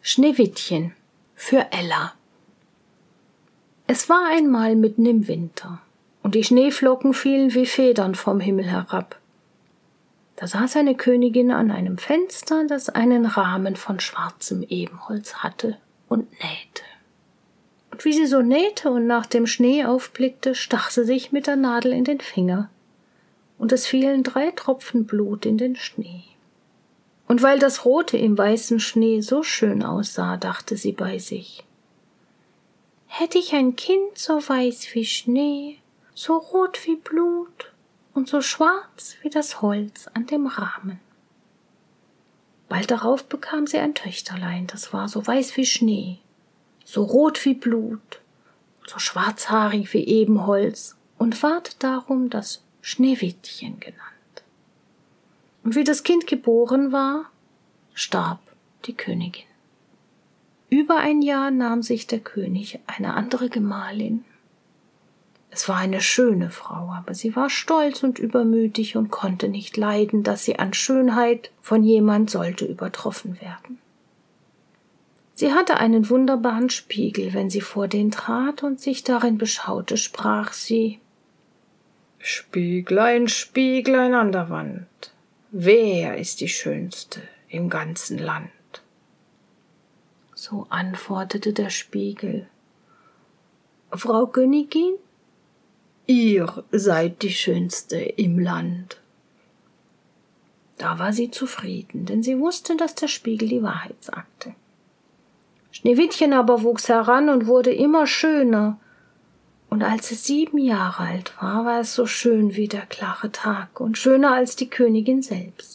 Schneewittchen für Ella. Es war einmal mitten im Winter, und die Schneeflocken fielen wie Federn vom Himmel herab. Da saß eine Königin an einem Fenster, das einen Rahmen von schwarzem Ebenholz hatte, und nähte. Und wie sie so nähte und nach dem Schnee aufblickte, stach sie sich mit der Nadel in den Finger, und es fielen 3 Tropfen Blut in den Schnee. Und weil das Rote im weißen Schnee so schön aussah, dachte sie bei sich: Hätte ich ein Kind so weiß wie Schnee, so rot wie Blut und so schwarz wie das Holz an dem Rahmen. Bald darauf bekam sie ein Töchterlein, das war so weiß wie Schnee, so rot wie Blut, so schwarzhaarig wie Ebenholz und ward darum das Schneewittchen genannt. Und wie das Kind geboren war, starb die Königin. Über ein Jahr nahm sich der König eine andere Gemahlin. Es war eine schöne Frau, aber sie war stolz und übermütig und konnte nicht leiden, dass sie an Schönheit von jemand sollte übertroffen werden. Sie hatte einen wunderbaren Spiegel. Wenn sie vor den trat und sich darin beschaute, sprach sie: »Spieglein, Spieglein an der Wand, wer ist die Schönste im ganzen Land?« So antwortete der Spiegel: »Frau Königin, ihr seid die Schönste im Land.« Da war sie zufrieden, denn sie wusste, dass der Spiegel die Wahrheit sagte. Schneewittchen aber wuchs heran und wurde immer schöner, und als es 7 Jahre alt war, war es so schön wie der klare Tag und schöner als die Königin selbst.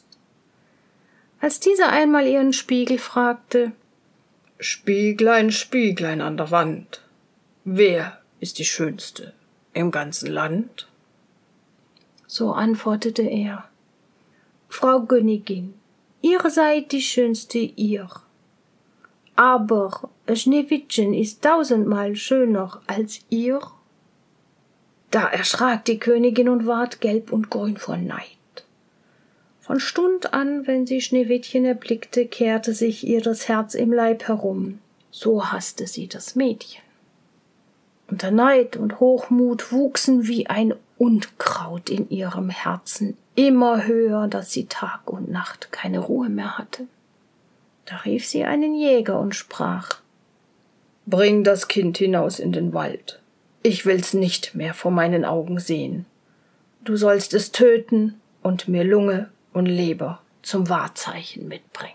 Als diese einmal ihren Spiegel fragte: »Spieglein, Spieglein an der Wand, wer ist die Schönste im ganzen Land?« So antwortete er: »Frau Königin, ihr seid die Schönste, ihr. Aber Schneewittchen ist 1000-mal schöner als ihr.« Da erschrak die Königin und ward gelb und grün vor Neid. Von Stund an, wenn sie Schneewittchen erblickte, kehrte sich ihr das Herz im Leib herum. So hasste sie das Mädchen. Und der Neid und Hochmut wuchsen wie ein Unkraut in ihrem Herzen, immer höher, dass sie Tag und Nacht keine Ruhe mehr hatte. Da rief sie einen Jäger und sprach: »Bring das Kind hinaus in den Wald. Ich will's nicht mehr vor meinen Augen sehen. Du sollst es töten und mir Lunge und Leber zum Wahrzeichen mitbringen.«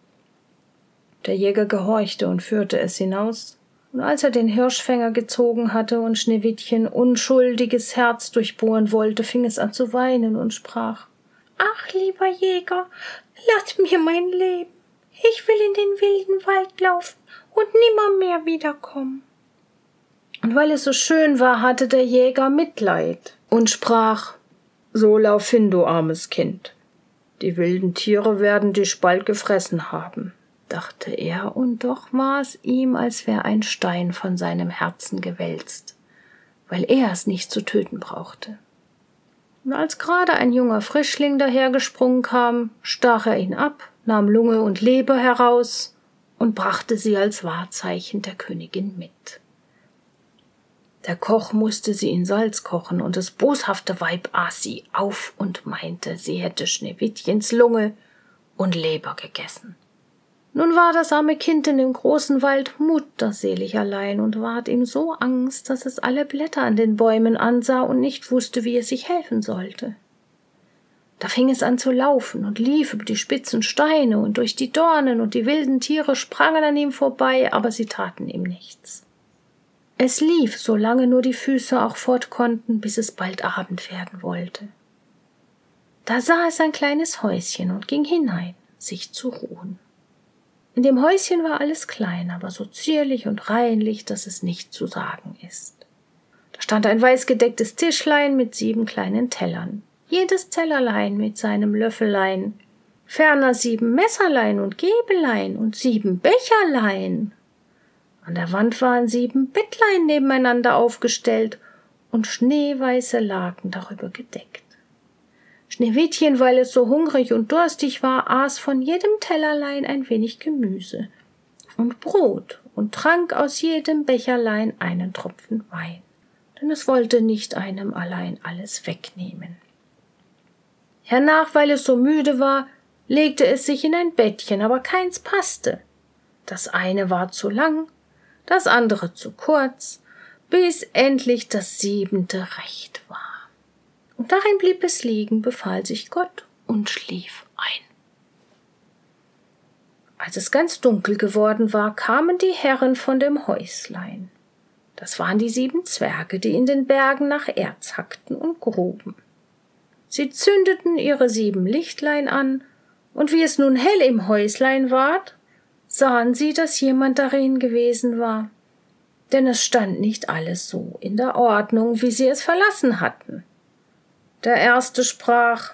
Der Jäger gehorchte und führte es hinaus, und als er den Hirschfänger gezogen hatte und Schneewittchen unschuldiges Herz durchbohren wollte, fing es an zu weinen und sprach: »Ach, lieber Jäger, lass mir mein Leben. Ich will in den wilden Wald laufen und nimmermehr wiederkommen.« Und weil es so schön war, hatte der Jäger Mitleid und sprach: »So lauf hin, du armes Kind. Die wilden Tiere werden dich bald gefressen haben«, dachte er, und doch war es ihm, als wäre ein Stein von seinem Herzen gewälzt, weil er es nicht zu töten brauchte. Und als gerade ein junger Frischling dahergesprungen kam, stach er ihn ab, nahm Lunge und Leber heraus und brachte sie als Wahrzeichen der Königin mit. Der Koch musste sie in Salz kochen, und das boshafte Weib aß sie auf und meinte, sie hätte Schneewittchens Lunge und Leber gegessen. Nun war das arme Kind in dem großen Wald mutterselig allein und ward ihm so Angst, dass es alle Blätter an den Bäumen ansah und nicht wusste, wie es sich helfen sollte. Da fing es an zu laufen und lief über die spitzen Steine und durch die Dornen, und die wilden Tiere sprangen an ihm vorbei, aber sie taten ihm nichts. Es lief, solange nur die Füße auch fort konnten, bis es bald Abend werden wollte. Da sah es ein kleines Häuschen und ging hinein, sich zu ruhen. In dem Häuschen war alles klein, aber so zierlich und reinlich, dass es nicht zu sagen ist. Da stand ein weißgedecktes Tischlein mit 7 kleinen Tellern, jedes Tellerlein mit seinem Löffelein, ferner 7 Messerlein und Gäbelein und 7 Becherlein. An der Wand waren 7 Bettlein nebeneinander aufgestellt und schneeweiße Laken darüber gedeckt. Schneewittchen, weil es so hungrig und durstig war, aß von jedem Tellerlein ein wenig Gemüse. und Brot und trank aus jedem Becherlein einen Tropfen Wein, denn es wollte nicht einem allein alles wegnehmen. Hernach, weil es so müde war, legte es sich in ein Bettchen, aber keins passte. Das eine war zu lang, das andere zu kurz, bis endlich das 7. recht war. Und darin blieb es liegen, befahl sich Gott und schlief ein. Als es ganz dunkel geworden war, kamen die Herren von dem Häuslein. Das waren die 7 Zwerge, die in den Bergen nach Erz hackten und gruben. Sie zündeten ihre 7 Lichtlein an, und wie es nun hell im Häuslein ward, sahen sie, dass jemand darin gewesen war, denn es stand nicht alles so in der Ordnung, wie sie es verlassen hatten. Der Erste sprach: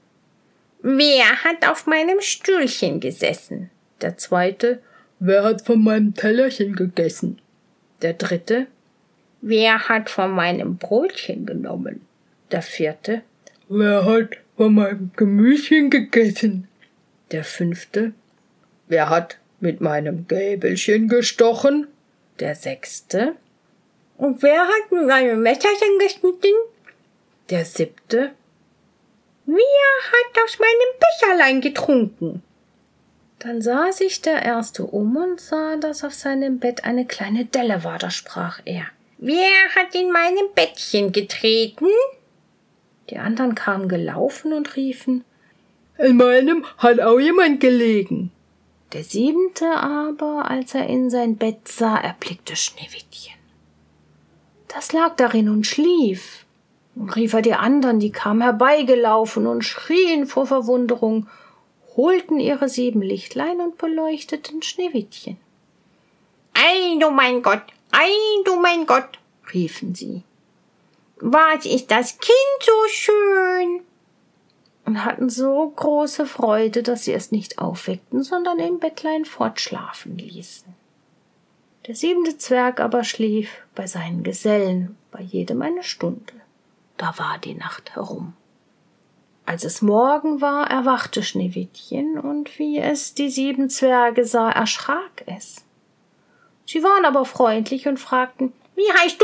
»Wer hat auf meinem Stühlchen gesessen?« Der Zweite: »Wer hat von meinem Tellerchen gegessen?« Der Dritte: »Wer hat von meinem Brotchen genommen?« Der Vierte: »Wer hat von meinem Gemüschen gegessen?« Der Fünfte: »Wer hat mit meinem Gäbelchen gestochen?« Der Sechste: »Und wer hat mit meinem Messerchen geschnitten?« Der Siebte: »Wer hat aus meinem Becherlein getrunken?« Dann sah sich der Erste und sah, dass auf seinem Bett eine kleine Delle war, da sprach er: »Wer hat in meinem Bettchen getreten?« Die anderen kamen gelaufen und riefen: »In meinem hat auch jemand gelegen.« Der 7. aber, als er in sein Bett sah, erblickte Schneewittchen. Das lag darin und schlief. Und rief er die anderen, die kamen herbeigelaufen und schrien vor Verwunderung, holten ihre 7 Lichtlein und beleuchteten Schneewittchen. »Ei, du mein Gott, ei, du mein Gott«, riefen sie. »Was ist das Kind so schön?« Und hatten so große Freude, dass sie es nicht aufweckten, sondern im Bettlein fortschlafen ließen. Der 7. Zwerg aber schlief bei seinen Gesellen, bei jedem eine Stunde. Da war die Nacht herum. Als es Morgen war, erwachte Schneewittchen, und wie es die 7 Zwerge sah, erschrak es. Sie waren aber freundlich und fragten: »Wie heißt du?«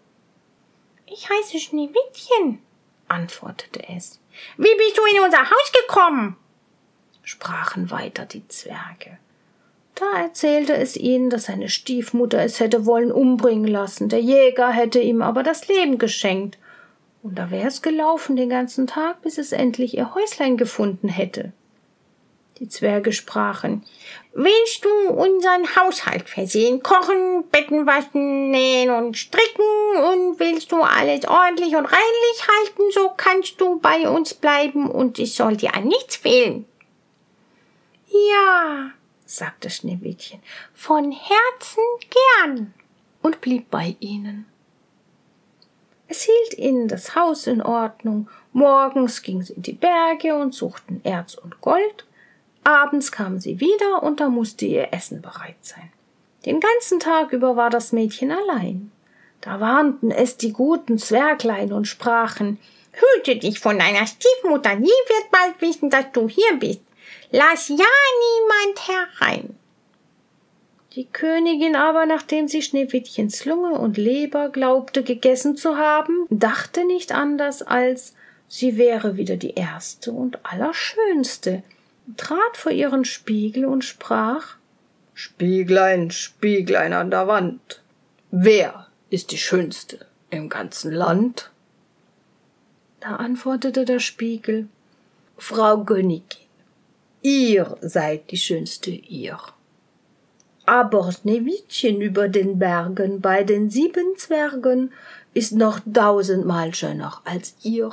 »Ich heiße Schneewittchen«, antwortete es. »Wie bist du in unser Haus gekommen?« sprachen weiter die Zwerge. Da erzählte es ihnen, dass seine Stiefmutter es hätte wollen umbringen lassen, der Jäger hätte ihm aber das Leben geschenkt, und da wäre es gelaufen den ganzen Tag, bis es endlich ihr Häuslein gefunden hätte. Die Zwerge sprachen: »Willst du unseren Haushalt versehen, kochen, Betten waschen, nähen und stricken, und willst du alles ordentlich und reinlich halten, so kannst du bei uns bleiben, und es soll dir an nichts fehlen.« »Ja«, sagte Schneewittchen, »von Herzen gern«, und blieb bei ihnen. Es hielt ihnen das Haus in Ordnung, morgens gingen sie in die Berge und suchten Erz und Gold, abends kamen sie wieder, und da musste ihr Essen bereit sein. Den ganzen Tag über war das Mädchen allein. Da warnten es die guten Zwerglein und sprachen: »Hüte dich von deiner Stiefmutter, die wird bald wissen, dass du hier bist. Lass ja niemand herein.« Die Königin aber, nachdem sie Schneewittchens Lunge und Leber glaubte gegessen zu haben, dachte nicht anders, als sie wäre wieder die Erste und Allerschönste, trat vor ihren Spiegel und sprach: »Spieglein, Spieglein an der Wand, wer ist die Schönste im ganzen Land?« Da antwortete der Spiegel: »Frau Königin, ihr seid die Schönste, ihr. Aber Schneewittchen über den Bergen bei den 7 Zwergen ist noch 1000-mal schöner als ihr.«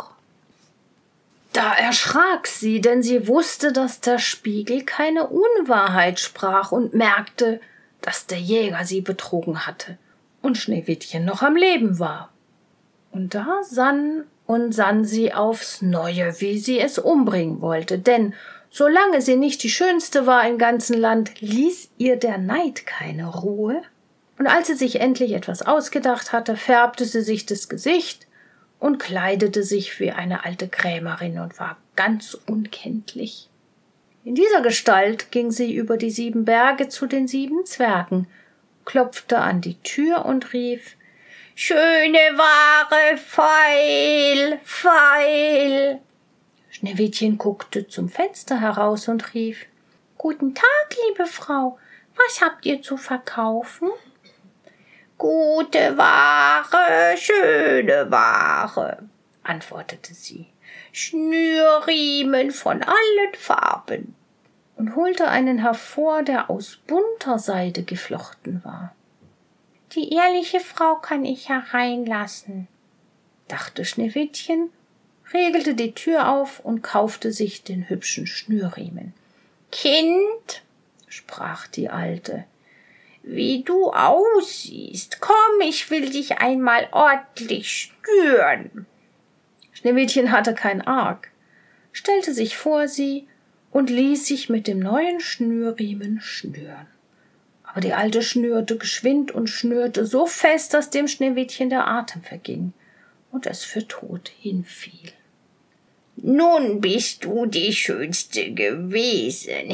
Da erschrak sie, denn sie wusste, dass der Spiegel keine Unwahrheit sprach, und merkte, dass der Jäger sie betrogen hatte und Schneewittchen noch am Leben war. Und da sann sie aufs Neue, wie sie es umbringen wollte, denn solange sie nicht die Schönste war im ganzen Land, ließ ihr der Neid keine Ruhe. Und als sie sich endlich etwas ausgedacht hatte, färbte sie sich das Gesicht und kleidete sich wie eine alte Krämerin und war ganz unkenntlich. In dieser Gestalt ging sie über die 7 Berge zu den 7 Zwergen, klopfte an die Tür und rief: »Schöne Ware, feil, feil!« Schneewittchen guckte zum Fenster heraus und rief: »Guten Tag, liebe Frau, was habt ihr zu verkaufen?« »Gute Ware, schöne Ware«, antwortete sie, »Schnürriemen von allen Farben«, und holte einen hervor, der aus bunter Seide geflochten war. »Die ehrliche Frau kann ich hereinlassen«, dachte Schneewittchen, riegelte die Tür auf und kaufte sich den hübschen Schnürriemen. »Kind«, sprach die Alte, »wie du aussiehst, komm, ich will dich einmal ordentlich schnüren.« Schneewittchen hatte kein Arg, stellte sich vor sie und ließ sich mit dem neuen Schnürriemen schnüren. Aber die Alte schnürte geschwind und schnürte so fest, dass dem Schneewittchen der Atem verging und es für tot hinfiel. »Nun bist du die Schönste gewesen«,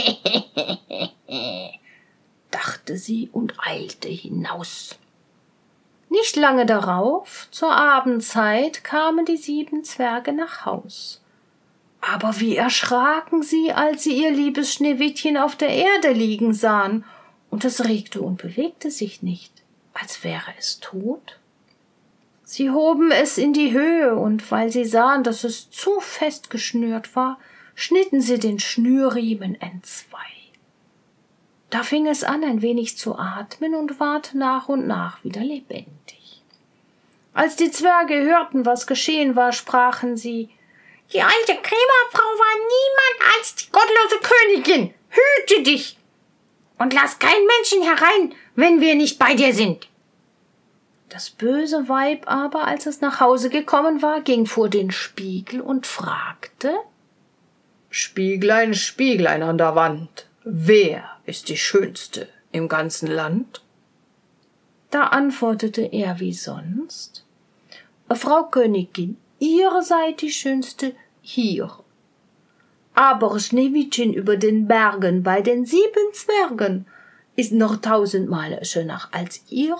dachte sie und eilte hinaus. Nicht lange darauf, zur Abendzeit, kamen die 7 Zwerge nach Haus. Aber wie erschraken sie, als sie ihr liebes Schneewittchen auf der Erde liegen sahen, und es regte und bewegte sich nicht, als wäre es tot. Sie hoben es in die Höhe, und weil sie sahen, dass es zu fest geschnürt war, schnitten sie den Schnürriemen entzwei. Da fing es an, ein wenig zu atmen und ward nach und nach wieder lebendig. Als die Zwerge hörten, was geschehen war, sprachen sie: »Die alte Krämerfrau war niemand als die gottlose Königin. Hüte dich und lass keinen Menschen herein, wenn wir nicht bei dir sind.« Das böse Weib aber, als es nach Hause gekommen war, ging vor den Spiegel und fragte: »Spieglein, Spieglein an der Wand, wer ist die Schönste im ganzen Land?« Da antwortete er wie sonst: »Frau Königin, ihr seid die Schönste hier. Aber Schneewittchen über den Bergen bei den 7 Zwergen ist noch 1000-mal schöner als ihr.«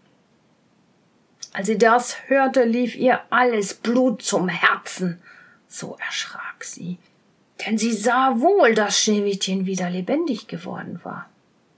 Als sie das hörte, lief ihr alles Blut zum Herzen. So erschrak sie, denn sie sah wohl, dass Schneewittchen wieder lebendig geworden war.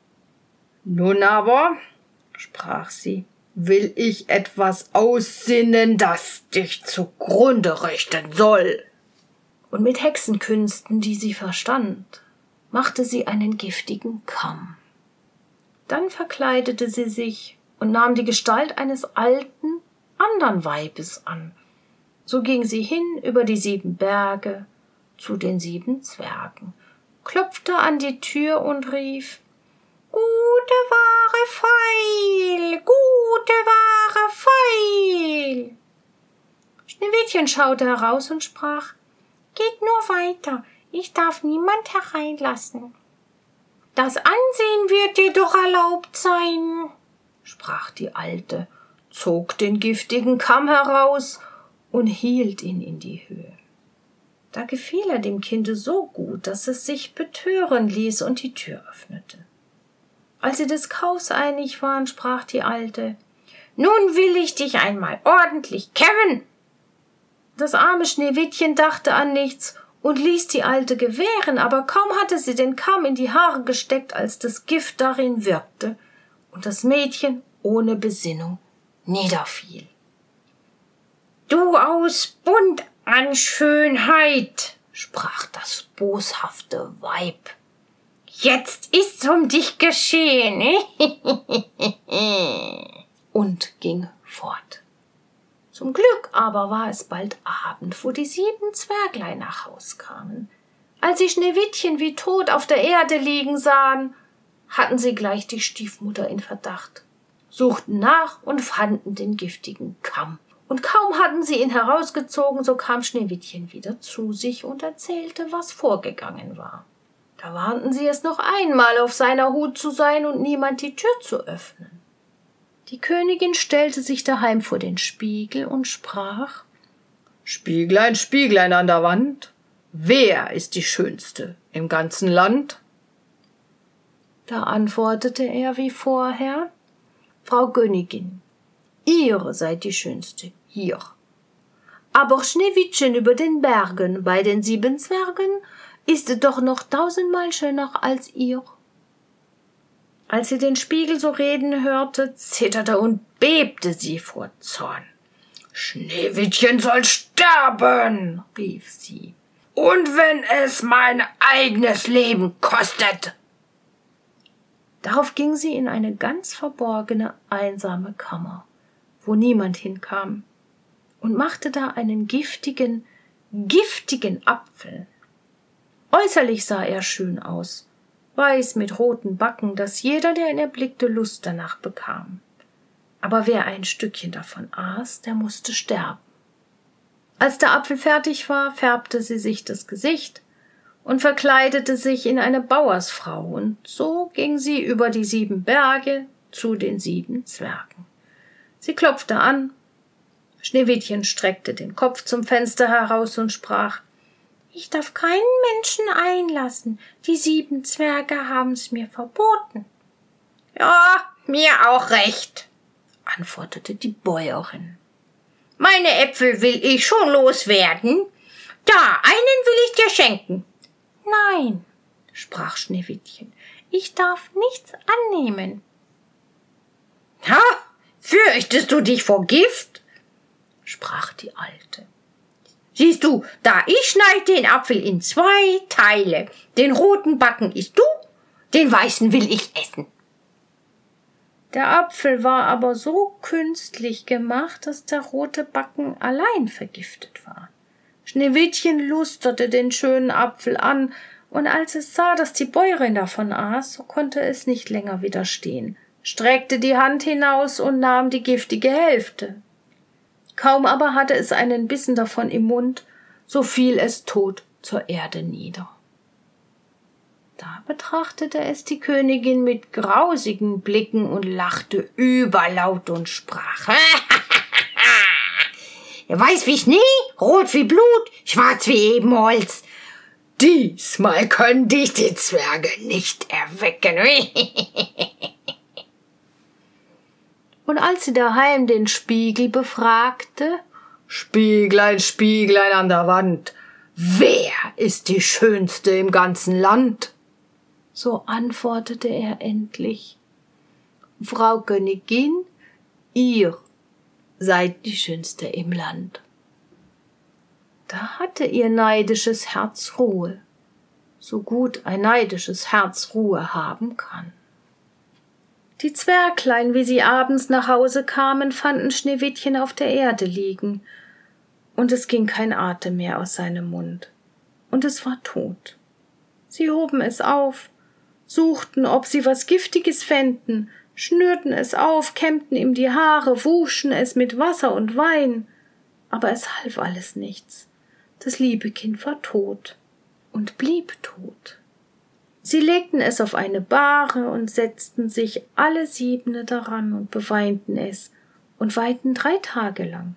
»Nun aber«, sprach sie, »will ich etwas aussinnen, das dich zugrunde richten soll.« Und mit Hexenkünsten, die sie verstand, machte sie einen giftigen Kamm. Dann verkleidete sie sich und nahm die Gestalt eines alten, andern Weibes an. So ging sie hin über die 7 Berge zu den 7 Zwergen, klopfte an die Tür und rief: »Gute Ware, feil! Gute Ware, feil!« Schneewittchen schaute heraus und sprach: »Geht nur weiter, ich darf niemand hereinlassen.« »Das Ansehen wird dir doch erlaubt sein«, sprach die Alte, zog den giftigen Kamm heraus und hielt ihn in die Höhe. Da gefiel er dem Kinde so gut, dass es sich betören ließ und die Tür öffnete. Als sie des Kaufs einig waren, sprach die Alte: »Nun will ich dich einmal ordentlich kämmen.« Das arme Schneewittchen dachte an nichts und ließ die Alte gewähren, aber kaum hatte sie den Kamm in die Haare gesteckt, als das Gift darin wirkte und das Mädchen ohne Besinnung niederfiel. »Du aus Bund an Schönheit«, sprach das boshafte Weib, »jetzt ist's um dich geschehen«, und ging fort. Zum Glück aber war es bald Abend, wo die 7 Zwerglein nach Haus kamen. Als sie Schneewittchen wie tot auf der Erde liegen sahen, hatten sie gleich die Stiefmutter in Verdacht, suchten nach und fanden den giftigen Kamm. Und kaum hatten sie ihn herausgezogen, so kam Schneewittchen wieder zu sich und erzählte, was vorgegangen war. Da warnten sie es noch einmal, auf seiner Hut zu sein und niemand die Tür zu öffnen. Die Königin stellte sich daheim vor den Spiegel und sprach: »Spieglein, Spieglein an der Wand, wer ist die Schönste im ganzen Land?« Da antwortete er wie vorher: »Frau Königin, ihr seid die Schönste hier. Aber Schneewittchen über den Bergen bei den 7 Zwergen ist doch noch 1000-mal schöner als ihr.« Als sie den Spiegel so reden hörte, zitterte und bebte sie vor Zorn. »Schneewittchen soll sterben«, rief sie, »und wenn es mein eigenes Leben kostet.« Darauf ging sie in eine ganz verborgene, einsame Kammer, wo niemand hinkam, und machte da einen giftigen Apfel. Äußerlich sah er schön aus, weiß mit roten Backen, dass jeder, der ihn erblickte, Lust danach bekam. Aber wer ein Stückchen davon aß, der musste sterben. Als der Apfel fertig war, färbte sie sich das Gesicht und verkleidete sich in eine Bauersfrau, und so ging sie über die 7 Berge zu den 7 Zwergen. Sie klopfte an. Schneewittchen streckte den Kopf zum Fenster heraus und sprach: »Ich darf keinen Menschen einlassen. Die 7 Zwerge haben's mir verboten.« »Ja, mir auch recht«, antwortete die Bäuerin. »Meine Äpfel will ich schon loswerden. Da, einen will ich dir schenken.« »Nein«, sprach Schneewittchen, »ich darf nichts annehmen.« »Ha, fürchtest du dich vor Gift?«, sprach die Alte. »Siehst du, da, ich schneide den Apfel in 2 Teile. Den roten Backen isst du, den weißen will ich essen.« Der Apfel war aber so künstlich gemacht, dass der rote Backen allein vergiftet war. Schneewittchen lusterte den schönen Apfel an, und als es sah, dass die Bäuerin davon aß, so konnte es nicht länger widerstehen, streckte die Hand hinaus und nahm die giftige Hälfte. Kaum aber hatte es einen Bissen davon im Mund, so fiel es tot zur Erde nieder. Da betrachtete es die Königin mit grausigen Blicken und lachte überlaut und sprach: »Weiß wie Schnee, rot wie Blut, schwarz wie Ebenholz. Diesmal können dich die Zwerge nicht erwecken.« Und als sie daheim den Spiegel befragte: »Spieglein, Spieglein an der Wand, wer ist die Schönste im ganzen Land?« So antwortete er endlich: »Frau Königin, ihr seid die Schönste im Land.« Da hatte ihr neidisches Herz Ruhe, so gut ein neidisches Herz Ruhe haben kann. Die Zwerglein, wie sie abends nach Hause kamen, fanden Schneewittchen auf der Erde liegen, und es ging kein Atem mehr aus seinem Mund, und es war tot. Sie hoben es auf, suchten, ob sie was Giftiges fänden, schnürten es auf, kämmten ihm die Haare, wuschen es mit Wasser und Wein, aber es half alles nichts. Das liebe Kind war tot und blieb tot. Sie legten es auf eine Bahre und setzten sich alle 7 daran und beweinten es und weinten 3 Tage lang.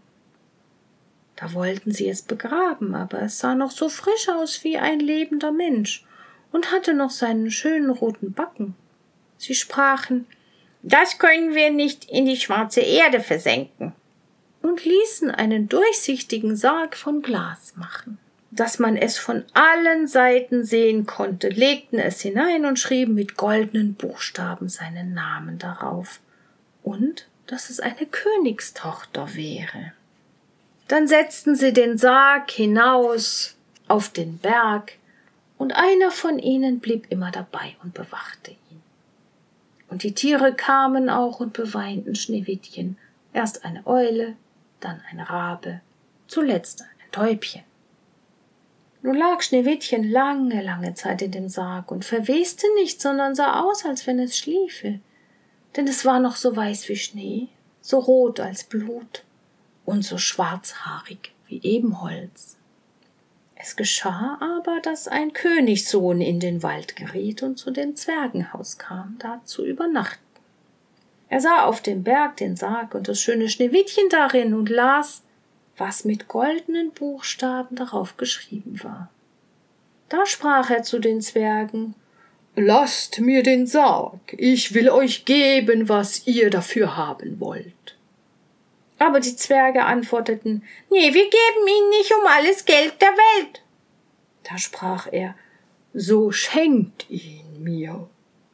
Da wollten sie es begraben, aber es sah noch so frisch aus wie ein lebender Mensch und hatte noch seinen schönen roten Backen. Sie sprachen: »Das können wir nicht in die schwarze Erde versenken«, und ließen einen durchsichtigen Sarg von Glas machen, dass man es von allen Seiten sehen konnte, legten es hinein und schrieben mit goldenen Buchstaben seinen Namen darauf und dass es eine Königstochter wäre. Dann setzten sie den Sarg hinaus auf den Berg, und einer von ihnen blieb immer dabei und bewachte ihn. Und die Tiere kamen auch und beweinten Schneewittchen, erst eine Eule, dann ein Rabe, zuletzt ein Täubchen. Nun lag Schneewittchen lange Zeit in dem Sarg und verweste nicht, sondern sah aus, als wenn es schliefe, denn es war noch so weiß wie Schnee, so rot als Blut und so schwarzhaarig wie Ebenholz. Es geschah aber, dass ein Königssohn in den Wald geriet und zu dem Zwergenhaus kam, da zu übernachten. Er sah auf dem Berg den Sarg und das schöne Schneewittchen darin und las, was mit goldenen Buchstaben darauf geschrieben war. Da sprach er zu den Zwergen: »Lasst mir den Sarg, ich will euch geben, was ihr dafür haben wollt.« Aber die Zwerge antworteten: »Nee, wir geben ihn nicht um alles Geld der Welt.« Da sprach er: »So schenkt ihn mir.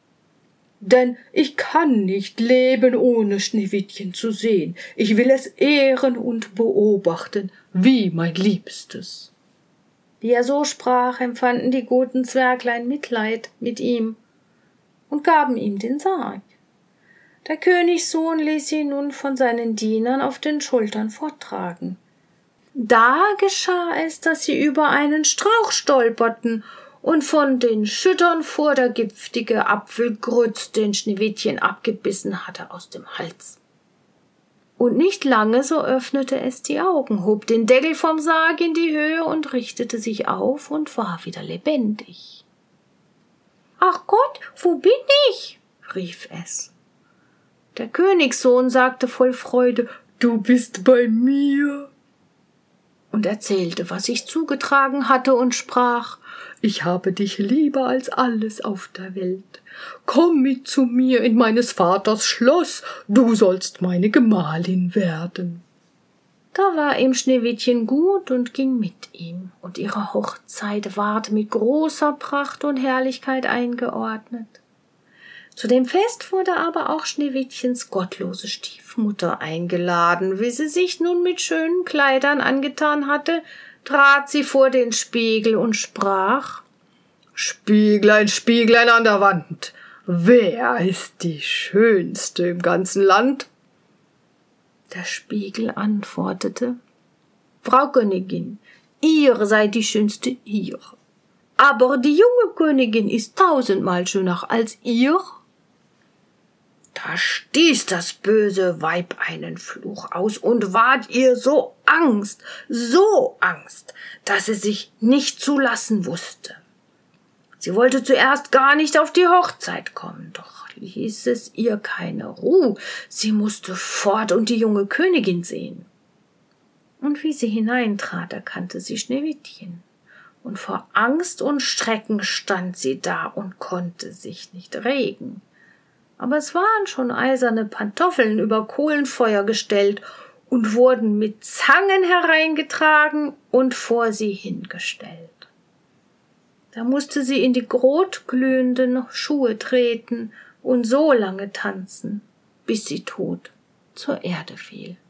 Denn ich kann nicht leben, ohne Schneewittchen zu sehen. Ich will es ehren und beobachten, wie mein Liebstes.« Wie er so sprach, empfanden die guten Zwerglein Mitleid mit ihm und gaben ihm den Sarg. Der Königssohn ließ ihn nun von seinen Dienern auf den Schultern forttragen. Da geschah es, dass sie über einen Strauch stolperten, und von den Schüttern fuhr der giftige Apfelgrütz, den Schneewittchen abgebissen hatte, aus dem Hals. Und nicht lange, so öffnete es die Augen, hob den Deckel vom Sarg in die Höhe und richtete sich auf und war wieder lebendig. »Ach Gott, wo bin ich?« rief es. Der Königssohn sagte voll Freude: »Du bist bei mir«, und erzählte, was sich zugetragen hatte, und sprach: »Ich habe dich lieber als alles auf der Welt. Komm mit zu mir in meines Vaters Schloss, du sollst meine Gemahlin werden.« Da war ihm Schneewittchen gut und ging mit ihm, und ihre Hochzeit ward mit großer Pracht und Herrlichkeit eingeordnet. Zu dem Fest wurde aber auch Schneewittchens gottlose Stiefmutter eingeladen. Wie sie sich nun mit schönen Kleidern angetan hatte, trat sie vor den Spiegel und sprach: »Spieglein, Spieglein an der Wand, wer ist die Schönste im ganzen Land?« Der Spiegel antwortete: »Frau Königin, ihr seid die Schönste hier. Aber die junge Königin ist 1000-mal schöner als ihr.« Da stieß das böse Weib einen Fluch aus und ward ihr so Angst, dass sie sich nicht zu lassen wusste. Sie wollte zuerst gar nicht auf die Hochzeit kommen, doch ließ es ihr keine Ruhe. Sie musste fort und die junge Königin sehen. Und wie sie hineintrat, erkannte sie Schneewittchen. Und vor Angst und Schrecken stand sie da und konnte sich nicht regen. Aber es waren schon eiserne Pantoffeln über Kohlenfeuer gestellt und wurden mit Zangen hereingetragen und vor sie hingestellt. Da musste sie in die rotglühenden Schuhe treten und so lange tanzen, bis sie tot zur Erde fiel.